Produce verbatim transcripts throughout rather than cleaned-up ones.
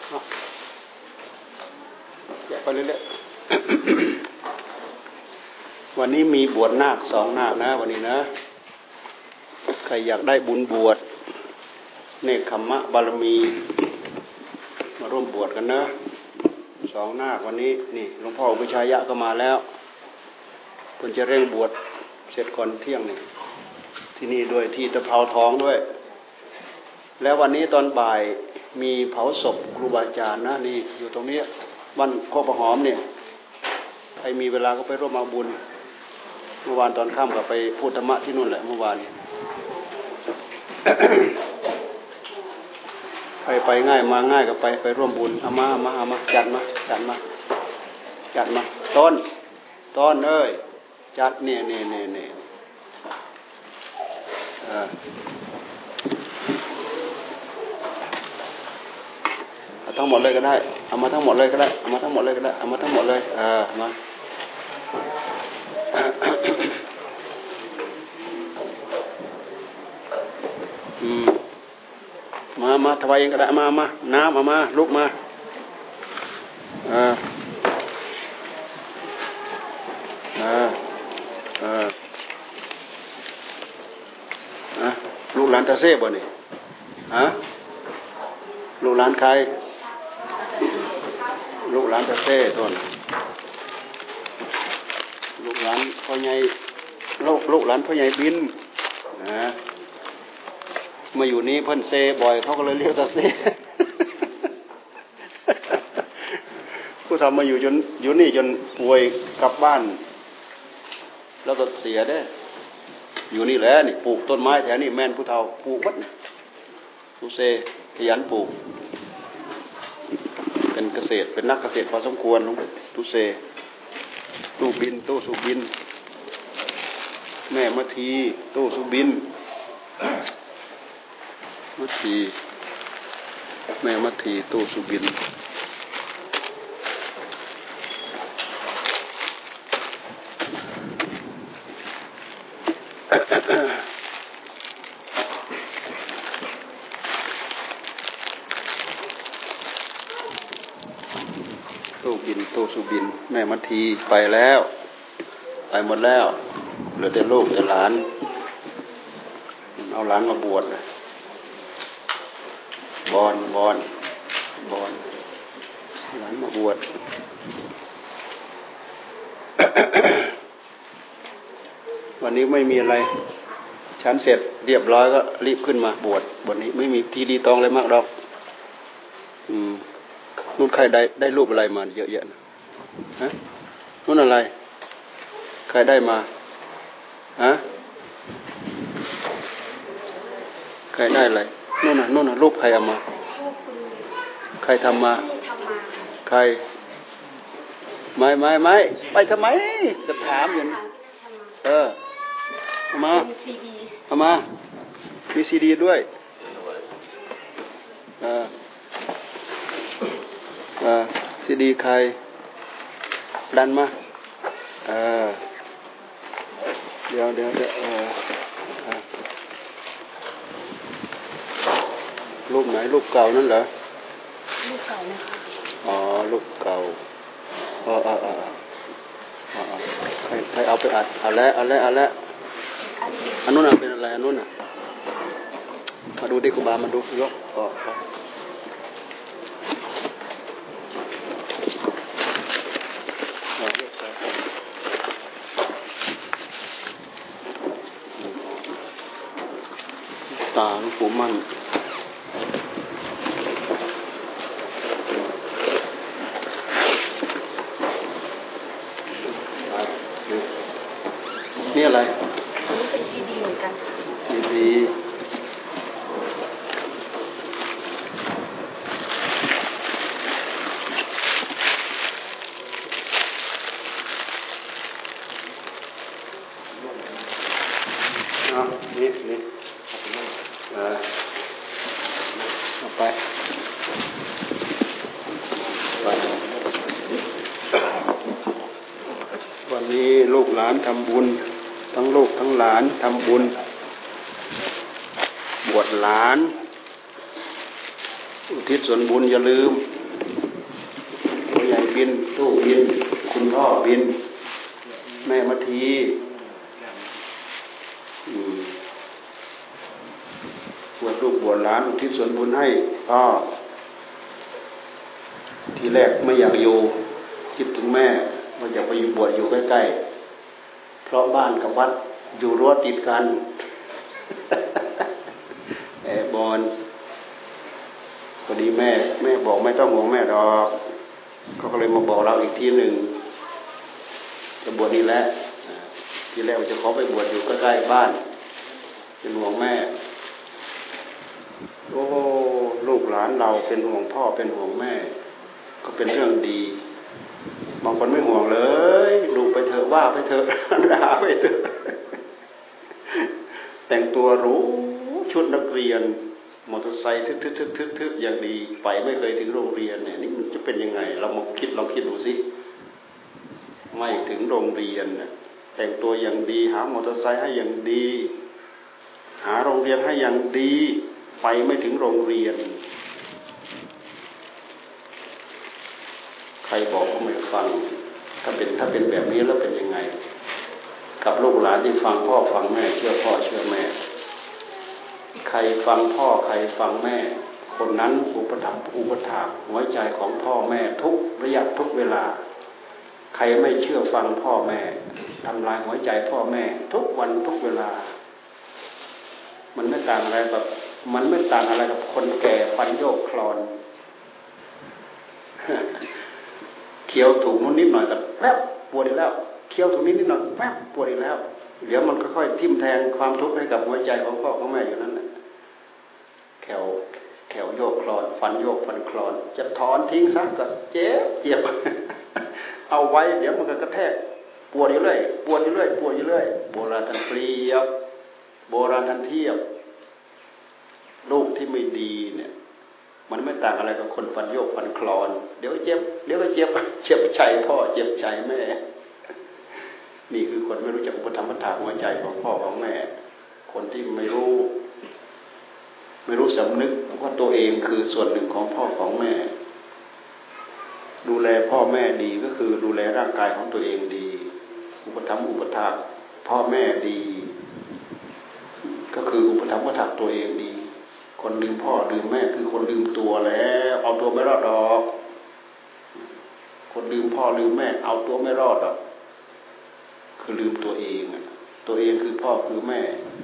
แยกไปเรื่อยๆวันนี้มีบวชนาคสองนาคนะวันนี้นะใครอยากได้บุญบวชเนกขัมมะบารมีมาร่วมบวชกันนะสองนาควันนี้นี่หลวงพ่ออุปชัยยะก็มาแล้วเพิ่นจะเร่งบวชเสร็จก่อนเที่ยงนี่ที่นี่ด้วยที่ตะเภาทองด้วยแล้ววันนี้ตอนบ่ายมีเผาศพครูบาอาจารย์นะนี่อยู่ตรงนี้วันโคกประหอมเนี่ยใครมีเวลาก็ไปร่วมเอาบุญเมื่อวานตอนค่ำก็ไปพูดธรรมะที่นู่นแหละเมื่อวานใครไปง่ายมาง่ายก็ไปไปร่วมบุญเอามาเอามาเอามาจัดมาจัดมาจัดมาต้นต้นเอ้ยจัดเนี่ยเนี่ยเนี่ยเนี่ยเอาทั้งหมดเลยก็ได้เอามาทั้งหมดเลยก็ได้เอามาทั้งหมดเลยก็ได้เอามาทั้งหมดเลยเออมาอืมมามาถวายเองก็ได้มามาน้ำเอามาลุกมาเออเออเอออะลูกหลานตาเซ่บ่นี่ฮะลูกหลานใครลูกหลานตาเซ่ต้นลูกหลานพ่อใหญ่ลูกลูกหลานพ่อใหญ่บินนะมาอยู่นี้เพิ่นเซ่บ่อยเขาก็เลยเรียกตาเซ่ผู้ทำมาอยู่จนอยู่นี่จนป่วยกลับบ้านแล้วก็เสียได้อยู่นี่แหละนี่ปลูกต้นไม้แถวนี้แม่นผู้เฒ่าปลูกวัดผู้เซ่ขยันปลูกเป็นเกษตรเป็นนักเกษตรพอสมควรลุงตุเซตู้บินตู้สุบินแม่มัทีตู้สุบินมัทีแม่มัทีตู้สุบินตู้บินตู้สุบินแม่มัทีไปแล้วไปหมดแล้วเหลือแต่ลูกแต่หลานเอาหลานมาบวชเลยบอนบอนบอนหลานมาบวช วันนี้ไม่มีอะไรฉันเสร็จเรียบร้อยก็รีบขึ้นมาบวชวันนี้ไม่มีทีดีตองอะไรมากหรอกอืมนู่นใครได้ได้รูปอะไรมาเยอะแยะนะฮะนู่นอะไรใครได้มาฮะใครได้อะไรนู่นน่ะนู่นน่ะรูปใครเอามาใครทำมาใครไม่ไม่ไม่ไปทำไมจะถามอยู่เออเอามาเอามามีซีดีด้วยเออเออซีดีใครดันมาเออเดี๋ยวเดี๋ยวเดี๋ยวเออรูปไหนรูปเก่านั่นเหรอรูปเก่านะคะอ๋อรูปเก่าเออเออเออใครใครเอาไปอัดเอาแล้วเอาแล้วเอาแล้วอันนู้นเป็นอะไรอันนู้นอ่ะมาดูดิครูบามาดูยกอ๋อตาหลวงปู่มั่นนี่อะไรนี่เป็นซีดีเหมือนกันซีดีเอานี่นี่เออเอาไปไปวันนี้ลูกหลานทำบุญทั้งลูกทั้งหลานทำบุญบวชหลานอุทิศส่วนบุญอย่าลืมพ่อใหญ่บินตู้บินคุณพ่อบินแม่มัทีบวชลูกบวชหลานอุทิศส่วนบุญให้พ่อทีแรกไม่อยากอยู่คิดถึงแม่ว่าอยากไปอยู่บวชอยู่ใกล้ๆเพราะบ้านกับวัดอยู่รั้วติดกันแอบบอลพอดีแม่แม่บอกไม่ต้องห่วงแม่ดอกเขาก็เลยมาบอกเราอีกทีหนึ่งจะบวชนี่แหละทีแรกจะขอไปบวชอยู่ใกล้ๆบ้านเป็นห่วงแม่โอ้ลูกหลานเราเป็นห่วงพ่อเป็นห่วงแม่ก็เป็นเรื่องดีบางคนไม่ห่วงเลยดูไปเถอะว่าไปเถอะด่าไปเถอะแต่งตัวรู้ชุดนักเรียนมอเตอร์ไซค์ทึกๆๆๆอย่างดีไปไม่เคยถึงโรงเรียนเนี่ยนี่มันจะเป็นยังไงเรามาคิดลองคิดดูสิไม่ถึงโรงเรียนเนี่ยแต่งตัวอย่างดีหามอเตอร์ไซค์ให้อย่างดีหาโรงเรียนให้อย่างดีไปไม่ถึงโรงเรียนใครบอกก็ไม่ฟังถ้าเป็นถ้าเป็นแบบนี้แล้วเป็นยังไงกับลูกหลานที่ฟังพ่อฟังแม่เชื่อพ่อเชื่อแม่ใครฟังพ่อใครฟังแม่คนนั้นอุปถัมภ์อุปถากหัวใจของพ่อแม่ทุกระยะทุกเวลาใครไม่เชื่อฟังพ่อแม่ทำลายหัวใจพ่อแม่ทุกวันทุกเวลามันไม่ต่างอะไรกับมันไม่ต่างอะไรกับคนแก่ฟันโยกคลอนเคี้ยวถูกนู้นนิดหน่อยก็แป๊บปวดอีกแล้วเคี้ยวถูกนิดนิดหน่อยแป๊บปวดอีกแล้วเดี๋ยวมันค่อยๆทิ่มแทงความทุกข์ให้กับหัวใจของพ่อของแม่อยู่นั้นแหละแขวแขวโยกคลอนฟันโยกฟันคลอนจะถอนทิ้งซะก็เจ็บเจ็บเอาไว้เดี๋ยวมันก็กระแทกปวดอยู่เรื่อยปวดอยู่เรื่อยปวดอยู่เรื่อยโบราณท่านเปรียบโบราณท่านเทียบลูกที่ไม่ดีเนี่ยมันไม่ต่างอะไรกับคนฟันโยกฟันคลอนเดี๋ยวเจ็บเดี๋ยวก็เจ็บเจ็บใจพ่อเจ็บใจแม่นี่คือคนไม่รู้จักอุปถัมภ์ประทานหัวใจของพ่อของแม่คนที่ไม่รู้ไม่รู้สำนึกว่าตัวเองคือส่วนหนึ่งของพ่อของแม่ดูแลพ่อแม่ดีก็คือดูแลร่างกายของตัวเองดีอุปถัมภ์อุปถากพ่อแม่ดีก็คืออุปถัมภ์อุปถากตัวเองดีคนลืมพ่อลืมแม่คือคนลืมตัวแล้วเอาตัวไม่รอดดอกคนลืมพ่อลืมแม่เอาตัวไม่รอดดอกคือลืมตัวเองตัวเองคือพ่อคือแม่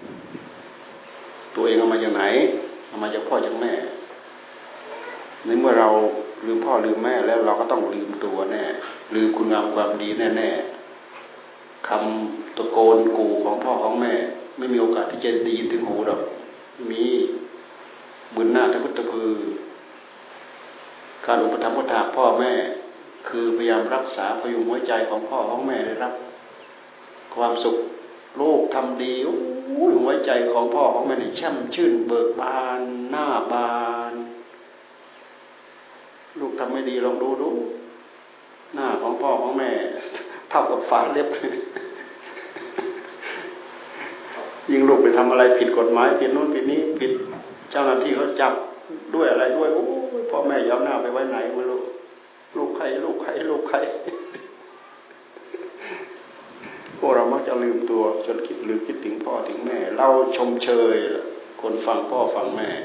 ตัวเองเอามาจากไหนเอามาจากพ่อจากแม่ในเมื่อเราลืมพ่อลืมแม่แล้วเราก็ต้องลืมตัวแน่ลืมคุณงามความดีแน่ๆคำตะโกนกูของพ่อของแม่ไม่มีโอกาสที่จะได้ยินถึงหูหรอกมีบืนหน้าตะพุตตะพือการอุปถัมภ์อุปถากพ่อแม่คือพยายามรักษาพยุงหัวใจของพ่อของแม่ได้รับความสุขลูกทำดีหัวใจของพ่อของแม่นี่แช่มชื่นเบิกบานหน้าบานลูกทำไม่ดีลองดูดูหน้าของพ่อของแม่เท่ากับฝาเล็บยิ่งลูกไปทำอะไรผิดกฎหมายผิดโน้นผิดนี้ผิดเจ้าหน้าที่เขาจับด้วยอะไรด้วยโอ้ยพ่อแม่ย้อมหน้าไปไว้ไหนไม่รู้ลูกใครลูกใครลูกใครพวกเรามักจะลืมตัวจนคิดลืมคิดถึงพ่อถึงแม่เราชมเชยคนฟังพ่อฟังแม่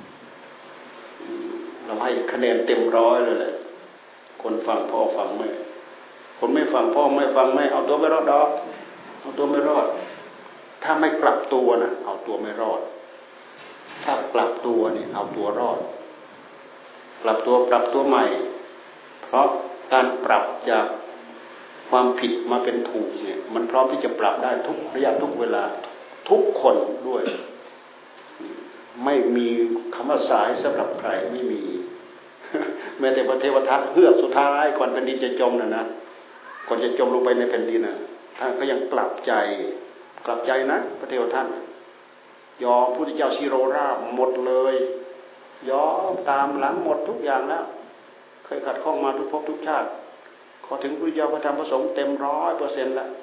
เราให้คะแนนเต็มร้อยเลยแหละคนฟังพ่อฟังแม่คนไม่ฟังพ่อไม่ฟังแม่เอาตัวไม่รอดดอกเอาตัวไม่รอดถ้าไม่กลับตัวนะเอาตัวไม่รอดถ้ากลับตัวเนี่ยเอาตัวรอดกลับตัวปรับตัวใหม่เพราะการปรับจากความผิดมาเป็นถูกเนี่ยมันพร้อมที่จะปรับได้ทุกระยะทุกเวลาทุกคนด้วยไม่มีคำว่าสายสำหรับใครไม่มีแม้แต่พระเทวทัตเฮือกสุดท้ายก่อนแผ่นดินจะจมน่ะนะก่อนจะจมลงไปในแผ่นดินน่ะท่านก็ยังกลับใจกลับใจนะพระเทวทัตยอมพุทธเจ้าชิโรราบหมดเลยยอมตามหลังหมดทุกอย่างแล้วเคยขัดข้องมาทุกภพทุกชาติขอถึงพุทธเจ้าพระธรรมพระสงฆ์เต็มร้อยเปอร์เซ็นต์แล้ว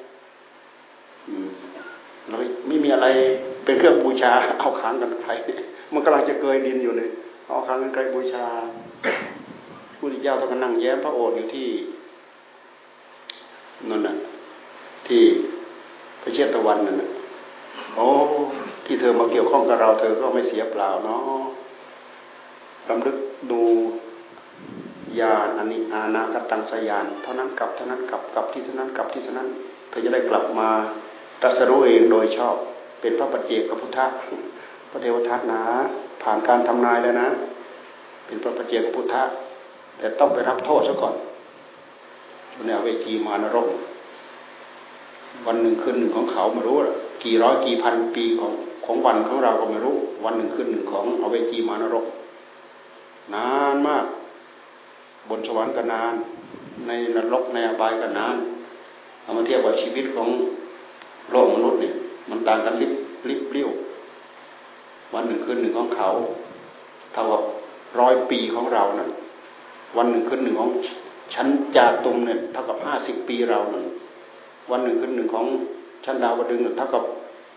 เราไม่มีอะไรเป็นเครื่องบูชาเอาขานกันใครมันกำลังจะเกยดินอยู่เลยเอาครั้งนั้นไกลบูชาพุทธเจ้าต้องมานั่งแย้มพระโอษฐ์อยู่ที่นั่นน่ะที่พระเชตวันนั่นน่ะโอ้ที่เธอมาเกี่ยวข้องกับเราเธอก็ไม่เสียเปล่าเนาะรำลึกดูญาณอันนี้อาณากตังสยานเท่านั้นกับเท่านั้นกับกับที่เท่านั้นกับที่เท่านั้นเธอจะได้กลับมาตรัสรู้เองโดยชอบเป็นพระปัจเจกพุทธะพระเทวทัตนะผ่านการทำนายแล้วนะเป็นพระปัจเจกพุทธะแต่ต้องไปรับโทษซะก่อนอยู่ในอเวจีมานรกวันหนึ่งคืนหนึ่งของเขาไม่รู้กี่ร้อยกี่พันปีของของวันของเราก็ไม่รู้วันหนึ่งคืนหนึ่งของอเวจีมานรกนานมากบนสวรรค์ก็นานในนรกในอบายก็นานเอามาเทียบกับชีวิตของโลกมนุษย์เนี่ยมันต่างกันลิบลิบเลี้ยววันหนึ่งคืนหนึ่งของเขาเท่ากับร้อยปีของเรานั่นวันหนึ่งคืนหนึ่งของชั้นจาตุมเนี่ยเท่ากับห้าสิบปีเรานั่นวันหนึ่งคืนหนึ่งของชั้นดาวดึงส์เท่ากับ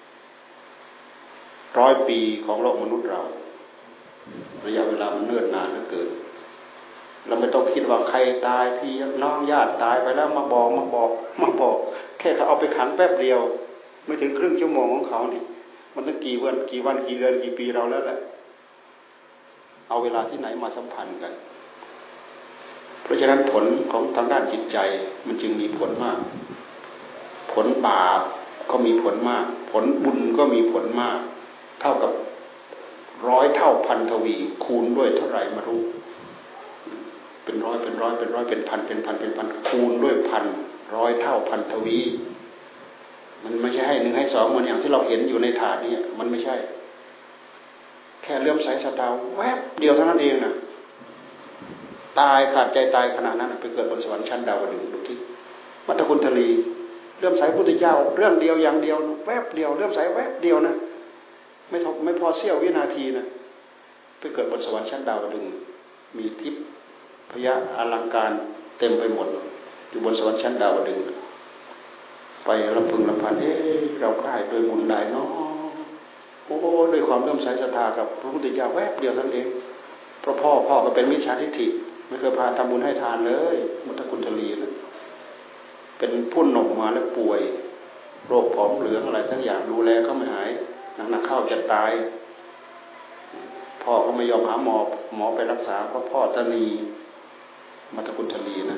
ร้อยปีของโลกมนุษย์เราระยะเวลามันเนิ่นนานเหลือเกินเราไม่ต้องคิดว่าใครตายพี่น้องญาติตายไปแล้วมาบอกมาบอกมาบอกแค่เขาเอาไปขังแป๊บเดียวไม่ถึงครึ่งชั่วโมงของเขานี่มันต้องกี่วันกี่วันกี่เดือนกี่ปีเราแล้วแหละเอาเวลาที่ไหนมาสัมพันธ์กันเพราะฉะนั้นผลของทางด้านจิตใจมันจึงมีผลมากผลบาปก็มีผลมากผลบุญก็มีผลมากเท่ากับร้อยเท่าพันทวีคูณด้วยเท่าไหร่มารู้เป็นร้อยเป็นร้อยเป็นร้อยเป็นพันเป็นพันเป็นพันคูณด้วยพันร้อยเท่าพันทวีมันไม่ใช่ให้หนึ่งให้สองเหมือนอย่างที่เราเห็นอยู่ในถาดนี้มันไม่ใช่แค่เลื่อมใสศรัทธาแวบเดียวเท่านั้นเองนะตายขาดใจตายขนาดนั้นไปเกิดบนสวรรค์ชั้นดาวดึงส์ดูที่มัตตคุณทลีเลื่อมใสพุทธเจ้าเรื่องเดียวอย่างเดียวแวบเดียวเลื่อมใสแวบเดียวนะไม่ทบไม่พอเสี้ยววินาทีนะไปเกิดบนสวรรค์ชั้นดาวดึงส์มีทิพย์พยาอลังการเต็มไปหมดอยู่บนสวรรค์ชั้นดาวดึงส์ไปลำพึงลำพันเอ๊ะเราได้โดยบุญใดเนาะโอ้ด้วยความเลื่อมใสศรัทธากับพระพุทธเจ้าแวบเดียวนั่นเองเพราะพ่อพ่อก็เป็นมิจฉาทิฏฐิไม่เคยพาทำบุญให้ทานเลยมัตตคุณทลีนะเป็นผู้หนุ่มมาแล้วป่วยโรคผอมเหลืองอะไรสักอย่างดูแลก็ไม่หายหนักๆเข้าจะตายพ่อก็ไม่ยอมหาหมอหมอไปรักษาเพราะพ่อตนีมัตตคุณทลีนะ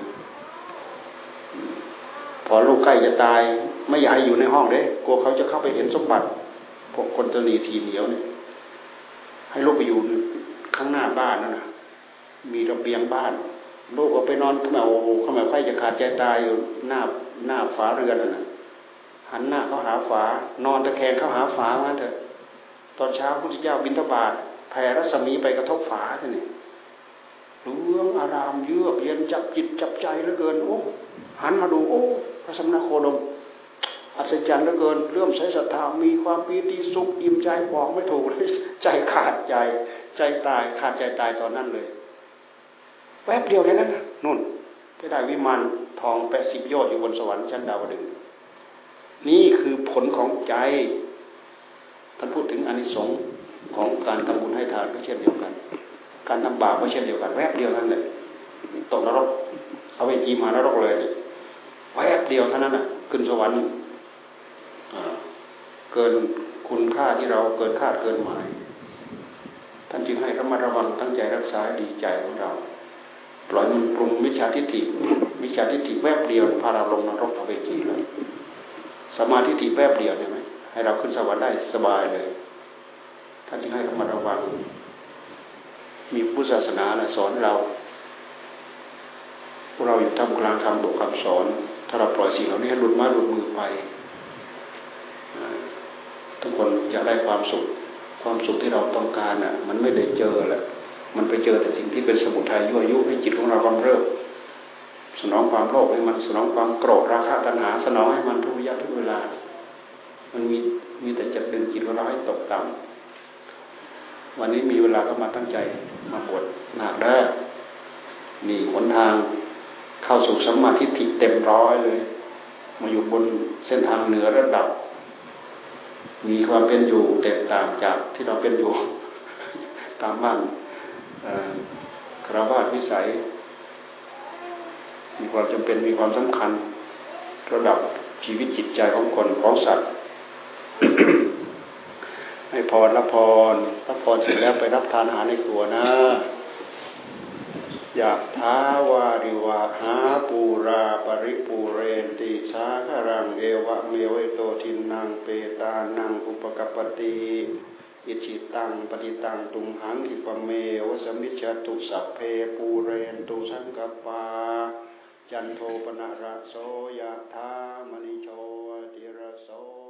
พอลูกใกล้จะตายไม่อยากให้อยู่ในห้องเด้กลัวเขาจะเข้าไปเห็นสมบัติพวกคนตนีทีเหนียวเนี่ยให้ลูกไปอยู่ข้างหน้าบ้านนั่นนะมีระเบียงบ้านลูกก็ไปนอนขมเอาขมเอาใกล้จะขาดใจตายอยู่หน้าหน้าฝาเรือนนั่นนะหันหน้าเข้าหาฝานอนตะแคงเข้าหาฝามาเถอะตอนเช้าพระพุทธเจ้าบิณฑบาตแผ่รัศมีไปกระทบฝาท่านนี่เหลืองอารามเยือกเย็นจับจิตจับใจเหลือเกินโอ้หันมาดูโอ้พระสมณโคดมอัศจรรย์เหลือเกินเลื่อมใสศรัทธามีความปีติสุขอิ่มใจบอกไม่ถูกเลยใจขาดใจใจตายขาดใจตายตอนนั้นเลยแวบเดียวแค่นั้นนะนู่นก็ได้วิมานทองแปดสิบยอดอยู่บนสวรรค์ชั้นดาวดึงส์นี่คือผลของใจท่านพูดถึงอานิสงส์ของการทำบุญให้ทานก็เช่นเดียวกันการทำบาปก็เช่นเดียวกันแวบเดียวนั่นแหละตกนรกเอาเวจีมานรกเลยแวบเดียวเท่านั้นน่ะขึ้นสวรรค์เกินคุณค่าที่เราเกินคาดเกินหมายท่านจึงให้ระมัดระวังตั้งใจรักษาดีใจของเราปล่อยมันปรุงมิจฉาทิฏฐิมิจฉาทิฏฐิแวบเดียวพาเราลงนรกอเวจีเลยสมาธิทิฏฐิแวบเดียวใช่ไหมให้เราขึ้นสวรรค์ได้สบายเลยท่านจึงให้ระมัดระวังมีพุทธศาสนาสอนเราพวกเราอยู่ท่ามกลางคำบอกคำสอนถ้าเราปล่อยสิ่งเหล่านี้ให้หลุดมาหลุดมือไปทุกคนอยากได้ความสุขความสุขที่เราต้องการอ่ะมันไม่ได้เจอแหละมันไปเจอแต่สิ่งที่เป็นสมุทัยยั่วยุให้จิตของเรากำเริบสนองความโลภให้มันสนองความโกรธราคะตัณหาสนองให้มันทุกระยะทุกเวลามันมีมีแต่จะดึงจิตของเราให้ตกต่ำวันนี้มีเวลาก็มาตั้งใจมาบวชหนักได้มีหนทางเข้าสู่สัมมาทิฏฐิเต็มร้อยเลยมาอยู่บนเส้นทางเหนือระดับมีความเป็นอยู่แตกต่างจากที่เราเป็นอยู่ตามบ้านคฤหัสถ์วิสัยมีความจำเป็นมีความสำคัญระดับชีวิตจิตใจของคนของสัตว์ ให้พรรับพรรับพรเสร็จแล้วไปรับทานอาหารในครัวนะยะถาวาริวะหาปูราปริปูเรนติสาคารังเอวะเมวะโตทินังเปตานังอุปกัปปติอิจิตังปฏิตังตุมหังคิปะเมวะสมิจฉตุสัพเพปูเรนตุสังกปาจันโทปนะระโสยะถามณิโชติระโส